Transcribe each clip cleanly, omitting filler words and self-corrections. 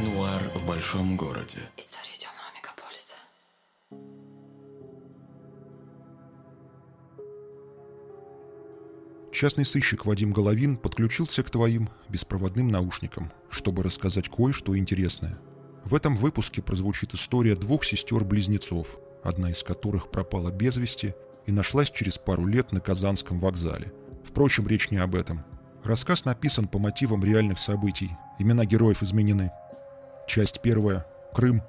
Нуар в большом городе. История темного мегаполиса. Частный сыщик Вадим Головин подключился к твоим беспроводным наушникам, чтобы рассказать кое-что интересное. В этом выпуске прозвучит история двух сестер-близнецов, одна из которых пропала без вести и нашлась через пару лет на Казанском вокзале. Впрочем, речь не об этом. Рассказ написан по мотивам реальных событий. Имена героев изменены. Часть первая. Крым.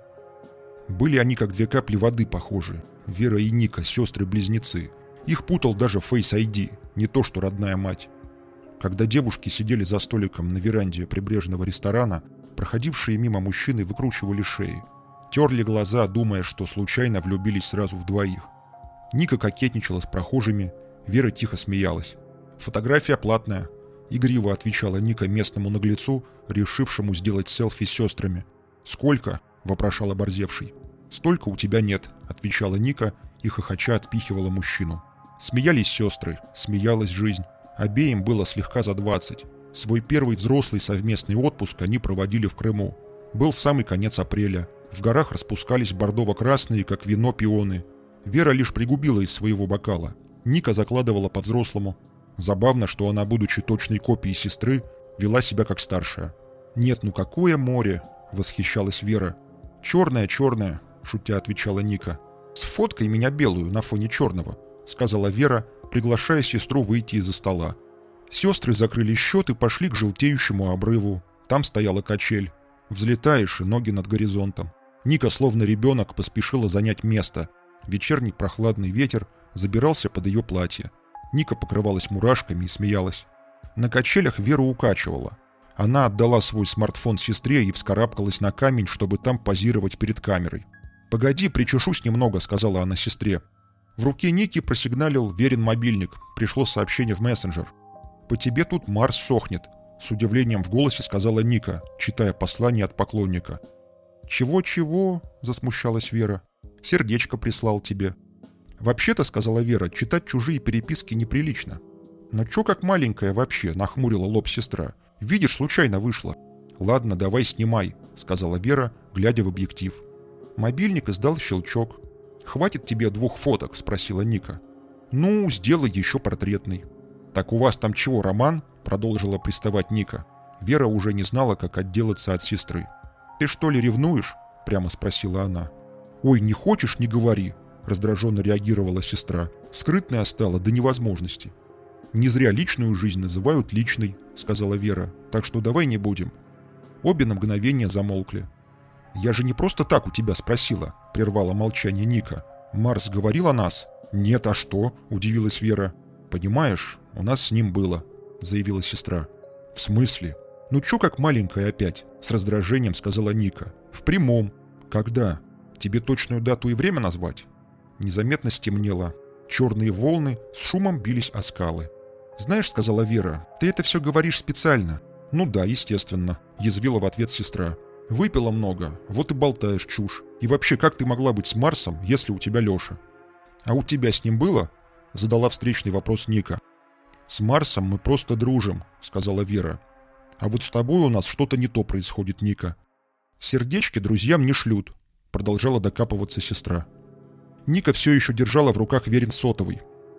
Были они как две капли воды похожи. Вера и Ника, сестры-близнецы. Их путал даже Face ID, не то что родная мать. Когда девушки сидели за столиком на веранде прибрежного ресторана, проходившие мимо мужчины выкручивали шеи. Терли глаза, думая, что случайно влюбились сразу в двоих. Ника кокетничала с прохожими, Вера тихо смеялась. «Фотография платная», — игриво отвечала Ника местному наглецу, решившему сделать селфи с сестрами. «Сколько?» — вопрошал оборзевший. «Столько у тебя нет», — отвечала Ника и хохоча отпихивала мужчину. Смеялись сестры, смеялась жизнь. Обеим было слегка за 20. Свой первый взрослый совместный отпуск они проводили в Крыму. Был самый конец апреля. В горах распускались бордово-красные, как вино, пионы. Вера лишь пригубила из своего бокала. Ника закладывала по-взрослому. Забавно, что она, будучи точной копией сестры, вела себя как старшая. «Нет, ну какое море!» — восхищалась Вера. «Черное, черное!» — шутя отвечала Ника. «Сфоткай меня белую на фоне черного», — сказала Вера, приглашая сестру выйти из-за стола. Сестры закрыли счет и пошли к желтеющему обрыву. Там стояла качель. Взлетаешь, и ноги над горизонтом. Ника, словно ребенок, поспешила занять место. Вечерний прохладный ветер забирался под ее платье. Ника покрывалась мурашками и смеялась. На качелях Веру укачивала. Она отдала свой смартфон сестре и вскарабкалась на камень, чтобы там позировать перед камерой. «Погоди, причешусь немного», — сказала она сестре. В руке Ники просигналил Верин мобильник. Пришло сообщение в мессенджер. «По тебе тут Марс сохнет», — с удивлением в голосе сказала Ника, читая послание от поклонника. «Чего-чего?» — засмущалась Вера. «Сердечко прислал тебе». «Вообще-то», — сказала Вера, — «читать чужие переписки неприлично». «Но чё как маленькая вообще?» — нахмурила лоб сестра. «Видишь, случайно вышло». «Ладно, давай снимай», — сказала Вера, глядя в объектив. Мобильник издал щелчок. «Хватит тебе 2 фоток?» — спросила Ника. «Ну, сделай еще портретный». «Так у вас там чего, роман?» — продолжила приставать Ника. Вера уже не знала, как отделаться от сестры. «Ты что ли ревнуешь?» — прямо спросила она. «Ой, не хочешь — не говори», — раздраженно реагировала сестра. Скрытная стала до невозможности. «Не зря личную жизнь называют личной», — сказала Вера. «Так что давай не будем». Обе на мгновение замолкли. «Я же не просто так у тебя спросила», — прервала молчание Ника. «Марс говорил о нас?» «Нет, а что?» — удивилась Вера. «Понимаешь, у нас с ним было», — заявила сестра. «В смысле?» «Ну чё как маленькая опять?» — с раздражением сказала Ника. «В прямом». «Когда? Тебе точную дату и время назвать?» Незаметно стемнело. Черные волны с шумом бились о скалы. «Знаешь, — сказала Вера, — ты это все говоришь специально». «Ну да, естественно», — язвила в ответ сестра. «Выпила много, вот и болтаешь чушь. И вообще, как ты могла быть с Марсом, если у тебя Леша?» «А у тебя с ним было?» — задала встречный вопрос Ника. «С Марсом мы просто дружим», — сказала Вера. «А вот с тобой у нас что-то не то происходит, Ника». «Сердечки друзьям не шлют», — продолжала докапываться сестра. Ника все еще держала в руках Верин сотовый.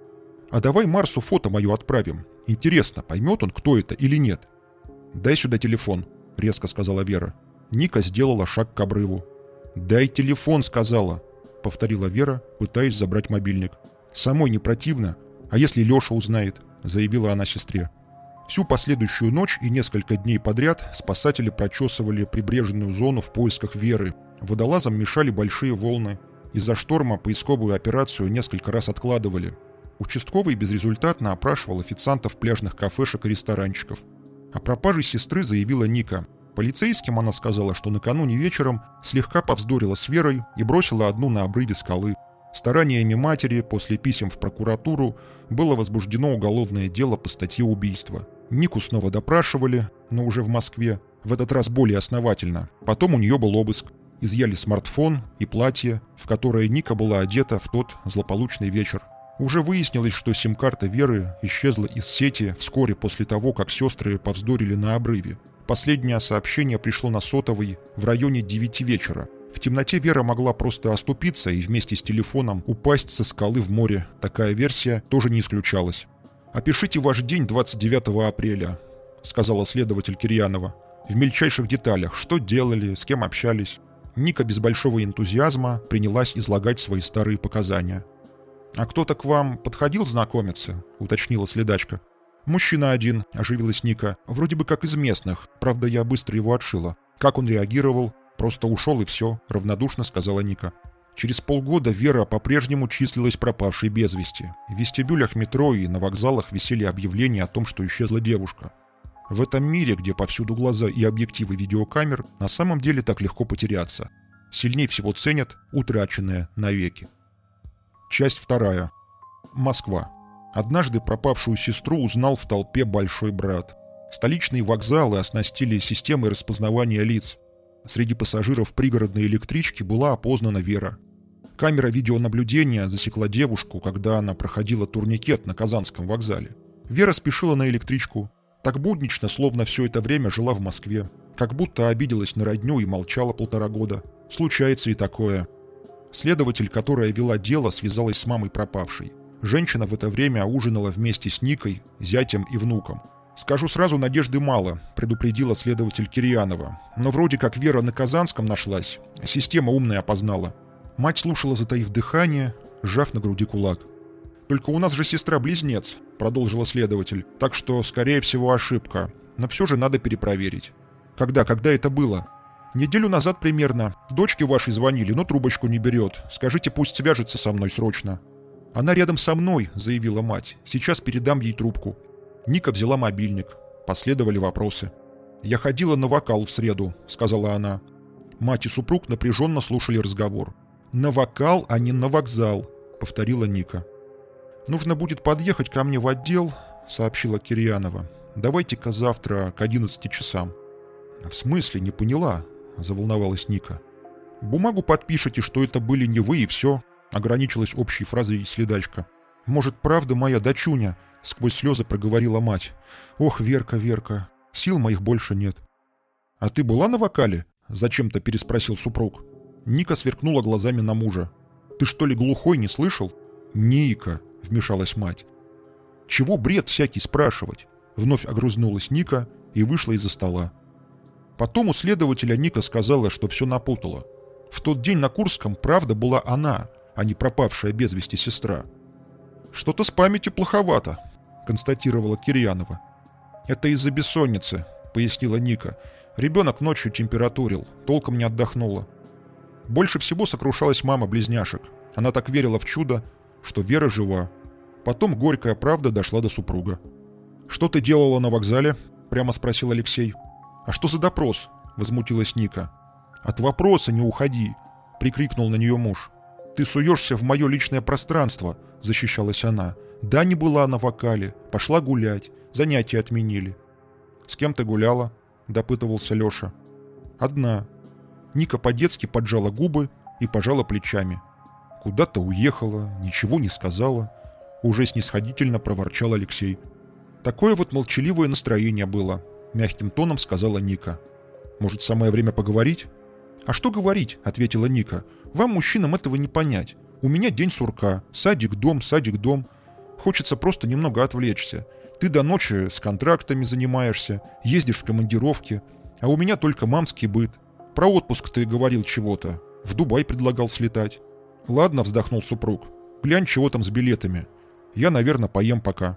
«А давай Марсу фото мое отправим. Интересно, поймет он, кто это или нет?» «Дай сюда телефон», — резко сказала Вера. Ника сделала шаг к обрыву. «Дай телефон», — сказала, — повторила Вера, пытаясь забрать мобильник. «Самой не противно? А если Леша узнает?» — заявила она сестре. Всю последующую ночь и несколько дней подряд спасатели прочесывали прибрежную зону в поисках Веры. Водолазам мешали большие волны. Из-за шторма поисковую операцию несколько раз откладывали. Участковый безрезультатно опрашивал официантов пляжных кафешек и ресторанчиков. О пропаже сестры заявила Ника. Полицейским она сказала, что накануне вечером слегка повздорила с Верой и бросила одну на обрыве скалы. Стараниями матери после писем в прокуратуру было возбуждено уголовное дело по статье убийства. Нику снова допрашивали, но уже в Москве, в этот раз более основательно. Потом у нее был обыск. Изъяли смартфон и платье, в которое Ника была одета в тот злополучный вечер. Уже выяснилось, что сим-карта Веры исчезла из сети вскоре после того, как сестры повздорили на обрыве. Последнее сообщение пришло на сотовый в районе 9 вечера. В темноте Вера могла просто оступиться и вместе с телефоном упасть со скалы в море. Такая версия тоже не исключалась. «Опишите ваш день 29 апреля», — сказала следователь Кирьянова. «В мельчайших деталях. Что делали, с кем общались?» Ника без большого энтузиазма принялась излагать свои старые показания. «А кто-то к вам подходил знакомиться?» — уточнила следачка. «Мужчина один», — оживилась Ника. «Вроде бы как из местных. Правда, я быстро его отшила. Как он реагировал? Просто ушел и все», — равнодушно сказала Ника. Через полгода Вера по-прежнему числилась пропавшей без вести. В вестибюлях метро и на вокзалах висели объявления о том, что исчезла девушка. В этом мире, где повсюду глаза и объективы видеокамер, на самом деле так легко потеряться. Сильнее всего ценят утраченное навеки. Часть 2. Москва. Однажды пропавшую сестру узнал в толпе большой брат. Столичные вокзалы оснастили системой распознавания лиц. Среди пассажиров пригородной электрички была опознана Вера. Камера видеонаблюдения засекла девушку, когда она проходила турникет на Казанском вокзале. Вера спешила на электричку. Так буднично, словно все это время жила в Москве. Как будто обиделась на родню и молчала 1,5 года. Случается и такое. Следователь, которая вела дело, связалась с мамой пропавшей. Женщина в это время ужинала вместе с Никой, зятем и внуком. «Скажу сразу, надежды мало», — предупредила следователь Кирьянова. «Но вроде как Вера на Казанском нашлась. Система умная опознала». Мать слушала, затаив дыхание, сжав на груди кулак. «Только у нас же сестра-близнец», — продолжила следователь. «Так что, скорее всего, ошибка. Но все же надо перепроверить». Когда это было?» «Неделю назад примерно. Дочке вашей звонили, но трубочку не берет. Скажите, пусть свяжется со мной срочно». «Она рядом со мной», — заявила мать. «Сейчас передам ей трубку». Ника взяла мобильник. Последовали вопросы. «Я ходила на вокал в среду», — сказала она. Мать и супруг напряженно слушали разговор. «На вокал, а не на вокзал», — повторила Ника. «Нужно будет подъехать ко мне в отдел», — сообщила Кирьянова. «Давайте-ка завтра к 11 часам». «В смысле, не поняла?» — заволновалась Ника. «Бумагу подпишите, что это были не вы, и все», — ограничилась общей фразой следачка. «Может, правда моя дочуня?» — сквозь слезы проговорила мать. «Ох, Верка, Верка, сил моих больше нет». «А ты была на вокале?» — зачем-то переспросил супруг. Ника сверкнула глазами на мужа. «Ты что ли глухой, не слышал?» «Ника», — вмешалась мать. «Чего бред всякий спрашивать?» Вновь огрызнулась Ника и вышла из-за стола. Потом у следователя Ника сказала, что все напутала. В тот день на Курском правда была она, а не пропавшая без вести сестра. «Что-то с памятью плоховато», — констатировала Кирьянова. «Это из-за бессонницы», — пояснила Ника. «Ребенок ночью температурил, толком не отдохнула». Больше всего сокрушалась мама близняшек. Она так верила в чудо, что Вера жива. Потом горькая правда дошла до супруга. «Что ты делала на вокзале?» — прямо спросил Алексей. «А что за допрос?» — возмутилась Ника. «От вопроса не уходи!» — прикрикнул на нее муж. «Ты суешься в мое личное пространство!» — защищалась она. «Да, не была на вокале. Пошла гулять. Занятия отменили». «С кем ты гуляла?» — допытывался Леша. «Одна». Ника по-детски поджала губы и пожала плечами. «Куда-то уехала, ничего не сказала», — уже снисходительно проворчал Алексей. «Такое вот молчаливое настроение было», — мягким тоном сказала Ника. «Может, самое время поговорить?» «А что говорить?» — ответила Ника. «Вам, мужчинам, этого не понять. У меня день сурка. Садик-дом, садик-дом. Хочется просто немного отвлечься. Ты до ночи с контрактами занимаешься, ездишь в командировки, а у меня только мамский быт. Про отпуск ты говорил чего-то. В Дубай предлагал слетать». «Ладно», — вздохнул супруг. «Глянь, чего там с билетами. Я, наверное, поем пока».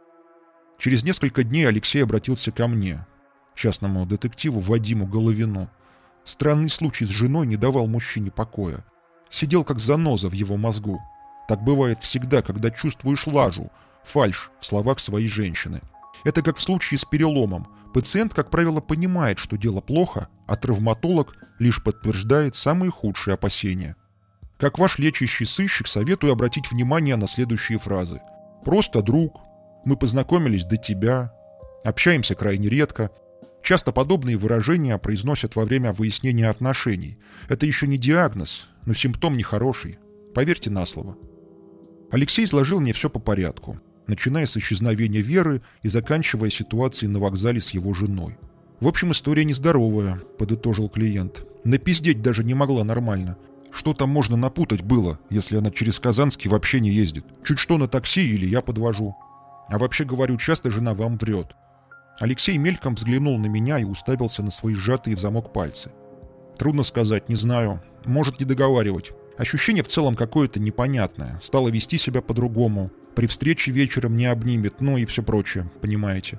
Через несколько дней Алексей обратился ко мне, частному детективу Вадиму Головину. Странный случай с женой не давал мужчине покоя. Сидел как заноза в его мозгу. Так бывает всегда, когда чувствуешь лажу, фальшь в словах своей женщины. Это как в случае с переломом. Пациент, как правило, понимает, что дело плохо, а травматолог лишь подтверждает самые худшие опасения. Как ваш лечащий сыщик, советую обратить внимание на следующие фразы. «Просто друг», «Мы познакомились до тебя», «Общаемся крайне редко». Часто подобные выражения произносят во время выяснения отношений. Это еще не диагноз, но симптом нехороший. Поверьте на слово. Алексей изложил мне все по порядку, начиная с исчезновения Веры и заканчивая ситуацией на вокзале с его женой. В общем, история нездоровая, подытожил клиент. Напиздеть даже не могла нормально. Что там можно напутать было, если она через Казанский вообще не ездит? Чуть что на такси или я подвожу. А вообще, говорю, часто жена вам врет. Алексей мельком взглянул на меня и уставился на свои сжатые в замок пальцы. Трудно сказать, не знаю. Может, не договаривать. Ощущение в целом какое-то непонятное. Стало вести себя по-другому. При встрече вечером не обнимет, ну и все прочее, понимаете.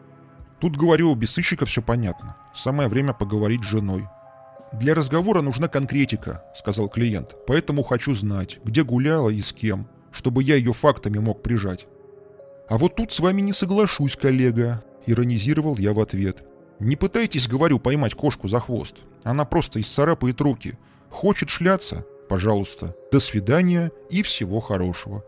Тут, говорю, без сыщика все понятно. Самое время поговорить с женой. «Для разговора нужна конкретика», — сказал клиент. «Поэтому хочу знать, где гуляла и с кем, чтобы я ее фактами мог прижать». «А вот тут с вами не соглашусь, коллега», — иронизировал я в ответ. «Не пытайтесь, говорю, поймать кошку за хвост. Она просто исцарапает руки. Хочет шляться? Пожалуйста. До свидания и всего хорошего».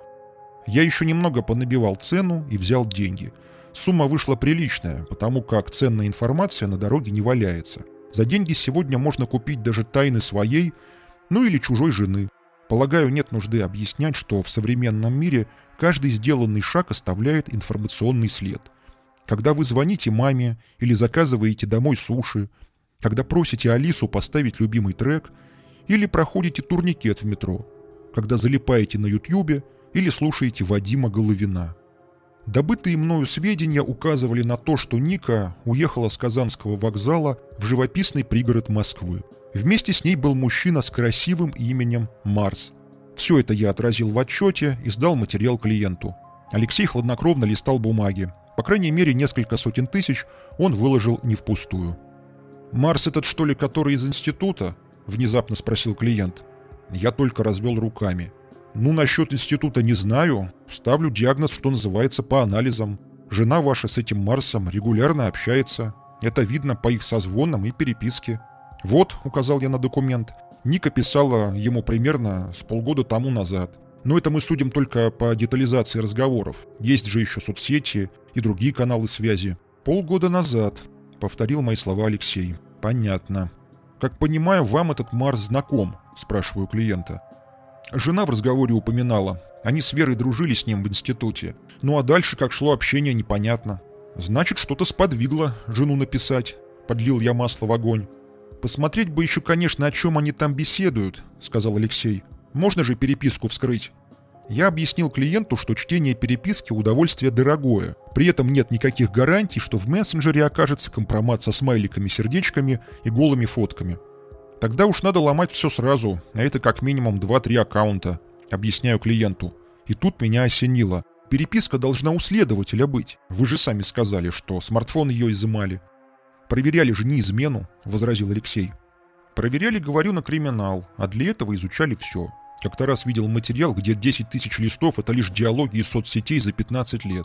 Я еще немного понабивал цену и взял деньги. Сумма вышла приличная, потому как ценная информация на дороге не валяется. За деньги сегодня можно купить даже тайны своей, ну или чужой жены. Полагаю, нет нужды объяснять, что в современном мире каждый сделанный шаг оставляет информационный след. Когда вы звоните маме или заказываете домой суши, когда просите Алису поставить любимый трек или проходите турникет в метро, когда залипаете на Ютьюбе или слушаете Вадима Головина. Добытые мною сведения указывали на то, что Ника уехала с Казанского вокзала в живописный пригород Москвы. Вместе с ней был мужчина с красивым именем Марс. Все это я отразил в отчете и сдал материал клиенту. Алексей хладнокровно листал бумаги. По крайней мере, несколько сотен тысяч он выложил не впустую. «Марс этот, что ли, который из института?» – внезапно спросил клиент. Я только развел руками. «Ну, насчет института не знаю. Ставлю диагноз, что называется, по анализам. Жена ваша с этим Марсом регулярно общается. Это видно по их созвонам и переписке. Вот», — указал я на документ, — Ника писала ему примерно с полгода тому назад. Но это мы судим только по детализации разговоров. Есть же еще соцсети и другие каналы связи. «Полгода назад», — повторил мои слова Алексей. «Понятно. Как понимаю, вам этот Марс знаком?» — спрашиваю клиента. Жена в разговоре упоминала. Они с Верой дружили с ним в институте. Ну а дальше, как шло общение, непонятно. «Значит, что-то сподвигло жену написать», — подлил я масло в огонь. «Посмотреть бы еще, конечно, о чем они там беседуют», — сказал Алексей. «Можно же переписку вскрыть?» Я объяснил клиенту, что чтение переписки — удовольствие дорогое. При этом нет никаких гарантий, что в мессенджере окажется компромат со смайликами, сердечками и голыми фотками. «Тогда уж надо ломать все сразу, а это как минимум 2-3 аккаунта», — объясняю клиенту. И тут меня осенило. Переписка должна у следователя быть. Вы же сами сказали, что смартфон ее изымали. «Проверяли же не измену», — возразил Алексей. «Проверяли, говорю, на криминал, а для этого изучали все. Как-то раз видел материал, где 10 тысяч листов — это лишь диалоги из соцсетей за 15 лет.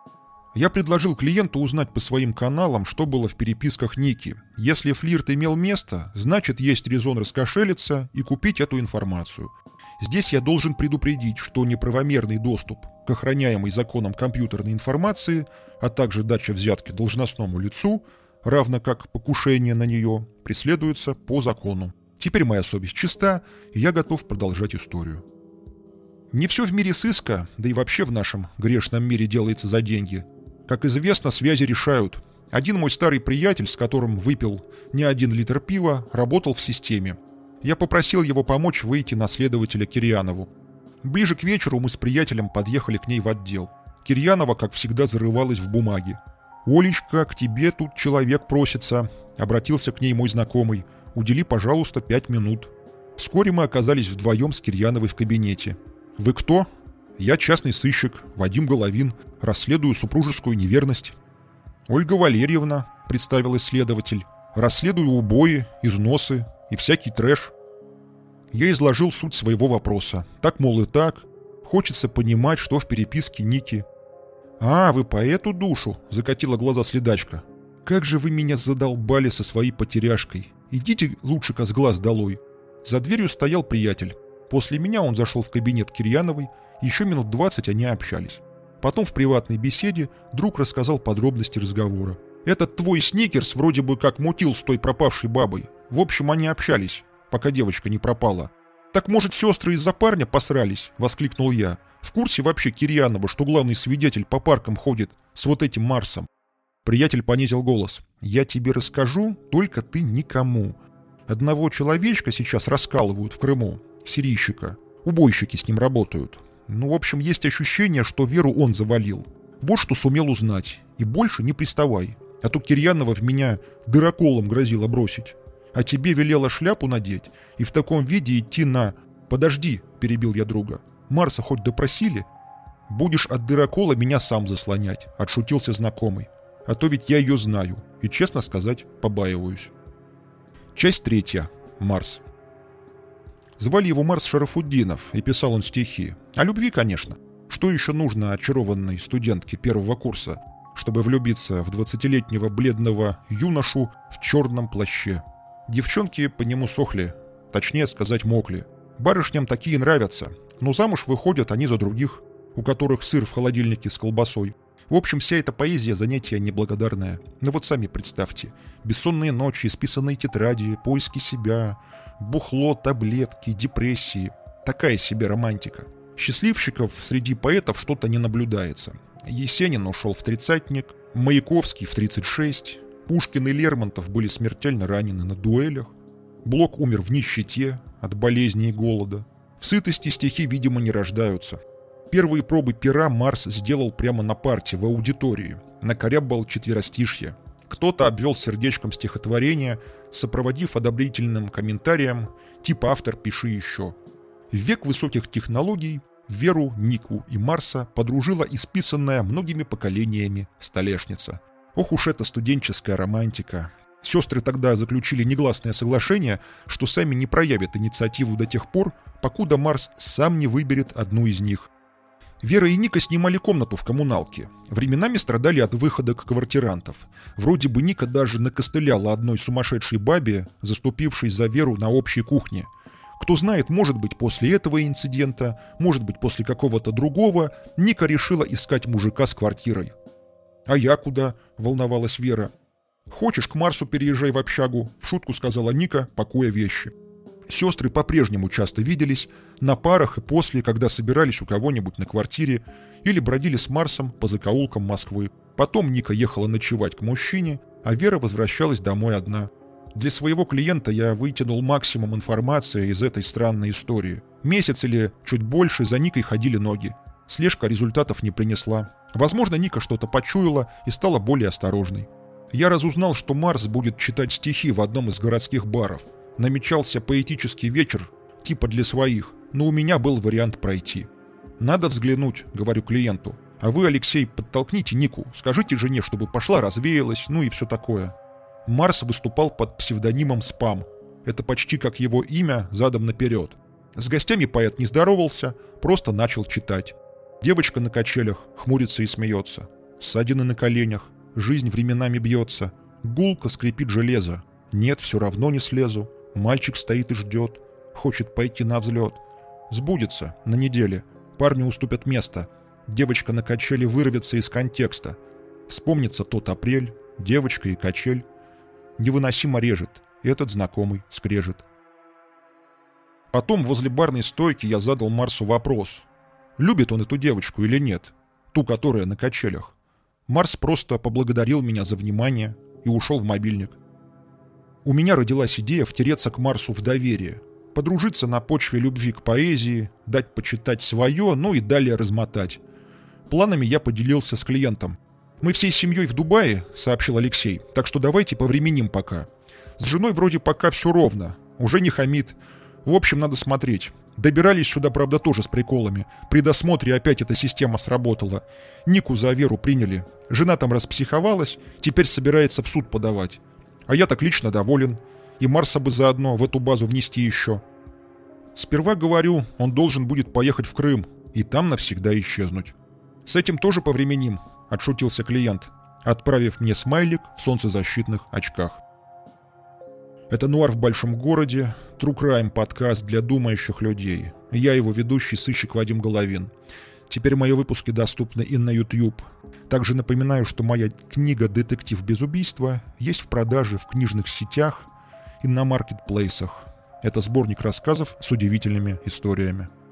Я предложил клиенту узнать по своим каналам, что было в переписках Ники. Если флирт имел место, значит, есть резон раскошелиться и купить эту информацию. Здесь я должен предупредить, что неправомерный доступ к охраняемой законом компьютерной информации, а также дача взятки должностному лицу, равно как покушение на нее, преследуется по закону. Теперь моя совесть чиста, и я готов продолжать историю. Не все в мире сыска, да и вообще в нашем грешном мире делается за деньги. Как известно, связи решают. Один мой старый приятель, с которым выпил не 1 литр пива, работал в системе. Я попросил его помочь выйти на следователя Кирьянову. Ближе к вечеру мы с приятелем подъехали к ней в отдел. Кирьянова, как всегда, зарывалась в бумаги. «Олечка, к тебе тут человек просится», — обратился к ней мой знакомый. «Удели, пожалуйста, 5 минут». Вскоре мы оказались вдвоем с Кирьяновой в кабинете. «Вы кто?» «Я частный сыщик, Вадим Головин, расследую супружескую неверность». «Ольга Валерьевна», — представил следователь, — «расследую убои, износы и всякий трэш». Я изложил суть своего вопроса. Так, мол, и так. Хочется понимать, что в переписке Ники. «А, вы по эту душу?» — закатила глаза следачка. «Как же вы меня задолбали со своей потеряшкой. Идите лучше-ка с глаз долой». За дверью стоял приятель. После меня он зашел в кабинет Кирьяновой. Еще минут 20 они общались. Потом в приватной беседе друг рассказал подробности разговора. «Этот твой сникерс вроде бы как мутил с той пропавшей бабой. В общем, они общались, пока девочка не пропала». «Так, может, сестры из-за парня посрались?» — воскликнул я. «В курсе вообще Кирьянова, что главный свидетель по паркам ходит с вот этим Марсом?» Приятель понизил голос. «Я тебе расскажу, только ты никому. Одного человечка сейчас раскалывают в Крыму, сирийщика. Убойщики с ним работают. Ну, в общем, есть ощущение, что Веру он завалил. Вот что сумел узнать. И больше не приставай. А то Кирьянова в меня дыроколом грозила бросить. А тебе велела шляпу надеть и в таком виде идти на... Подожди, перебил я друга. Марса хоть допросили? Будешь от дырокола меня сам заслонять, отшутился знакомый. А то ведь я ее знаю. И, честно сказать, побаиваюсь. Часть 3. Марс. Звали его Марс Шарафутдинов, и писал он стихи. О любви, конечно. Что еще нужно очарованной студентке первого курса, чтобы влюбиться в 20-летнего бледного юношу в черном плаще? Девчонки по нему сохли, точнее сказать, мокли. Барышням такие нравятся, но замуж выходят они за других, у которых сыр в холодильнике с колбасой. В общем, вся эта поэзия — занятие неблагодарное. Но вот сами представьте. Бессонные ночи, исписанные тетради, поиски себя, бухло, таблетки, депрессии. Такая себе романтика. Счастливчиков среди поэтов что-то не наблюдается. Есенин ушел в 30-ник, Маяковский в 36, Пушкин и Лермонтов были смертельно ранены на дуэлях, Блок умер в нищете, от болезни и голода. В сытости стихи, видимо, не рождаются. Первые пробы пера Марс сделал прямо на парте, в аудитории. Накорябал четверостишье. Кто-то обвел сердечком стихотворение, сопроводив одобрительным комментарием типа «автор, пиши еще». В век высоких технологий Веру, Нику и Марса подружила исписанная многими поколениями столешница. Ох уж эта студенческая романтика. Сестры тогда заключили негласное соглашение, что сами не проявят инициативу до тех пор, покуда Марс сам не выберет одну из них. Вера и Ника снимали комнату в коммуналке. Временами страдали от выходок квартирантов. Вроде бы Ника даже накостыляла одной сумасшедшей бабе, заступившей за Веру на общей кухне. Кто знает, может быть, после этого инцидента, может быть, после какого-то другого, Ника решила искать мужика с квартирой. «А я куда?» — волновалась Вера. «Хочешь, к Марсу переезжай в общагу», — в шутку сказала Ника, пакуя вещи. Сестры по-прежнему часто виделись, на парах и после, когда собирались у кого-нибудь на квартире или бродили с Марсом по закоулкам Москвы. Потом Ника ехала ночевать к мужчине, а Вера возвращалась домой одна. Для своего клиента я вытянул максимум информации из этой странной истории. Месяц или чуть больше за Никой ходили ноги. Слежка результатов не принесла. Возможно, Ника что-то почуяла и стала более осторожной. Я разузнал, что Марс будет читать стихи в одном из городских баров. Намечался поэтический вечер, типа для своих, но у меня был вариант пройти. «Надо взглянуть», — говорю клиенту. «А вы, Алексей, подтолкните Нику, скажите жене, чтобы пошла, развеялась, ну и все такое». Марс выступал под псевдонимом «Спам». Это почти как его имя задом наперед. С гостями поэт не здоровался, просто начал читать. Девочка на качелях хмурится и смеется. Ссадины на коленях, жизнь временами бьется. Гулко скрипит железо. Нет, все равно не слезу. Мальчик стоит и ждет. Хочет пойти на взлет. Сбудется на неделе. Парню уступят место. Девочка на качели вырвется из контекста. Вспомнится тот апрель, девочка и качель. Невыносимо режет. Этот знакомый скрежет. Потом возле барной стойки я задал Марсу вопрос. Любит он эту девочку или нет? Ту, которая на качелях. Марс просто поблагодарил меня за внимание и ушел в мобильник. У меня родилась идея втереться к Марсу в доверие, подружиться на почве любви к поэзии, дать почитать свое, ну и далее размотать. Планами я поделился с клиентом. «Мы всей семьей в Дубае», — сообщил Алексей, «так что давайте повременим пока. С женой вроде пока все ровно, уже не хамит. В общем, надо смотреть. Добирались сюда, правда, тоже с приколами. При досмотре опять эта система сработала. Нику за Веру приняли. Жена там распсиховалась, теперь собирается в суд подавать. А я так лично доволен. И Марса бы заодно в эту базу внести еще. Сперва, говорю, он должен будет поехать в Крым и там навсегда исчезнуть. С этим тоже повременим», — отшутился клиент, отправив мне смайлик в солнцезащитных очках. Это «Нуар в большом городе», True Crime подкаст для думающих людей. Я его ведущий, сыщик Вадим Головин. Теперь мои выпуски доступны и на YouTube. Также напоминаю, что моя книга «Детектив без убийства» есть в продаже в книжных сетях и на маркетплейсах. Это сборник рассказов с удивительными историями.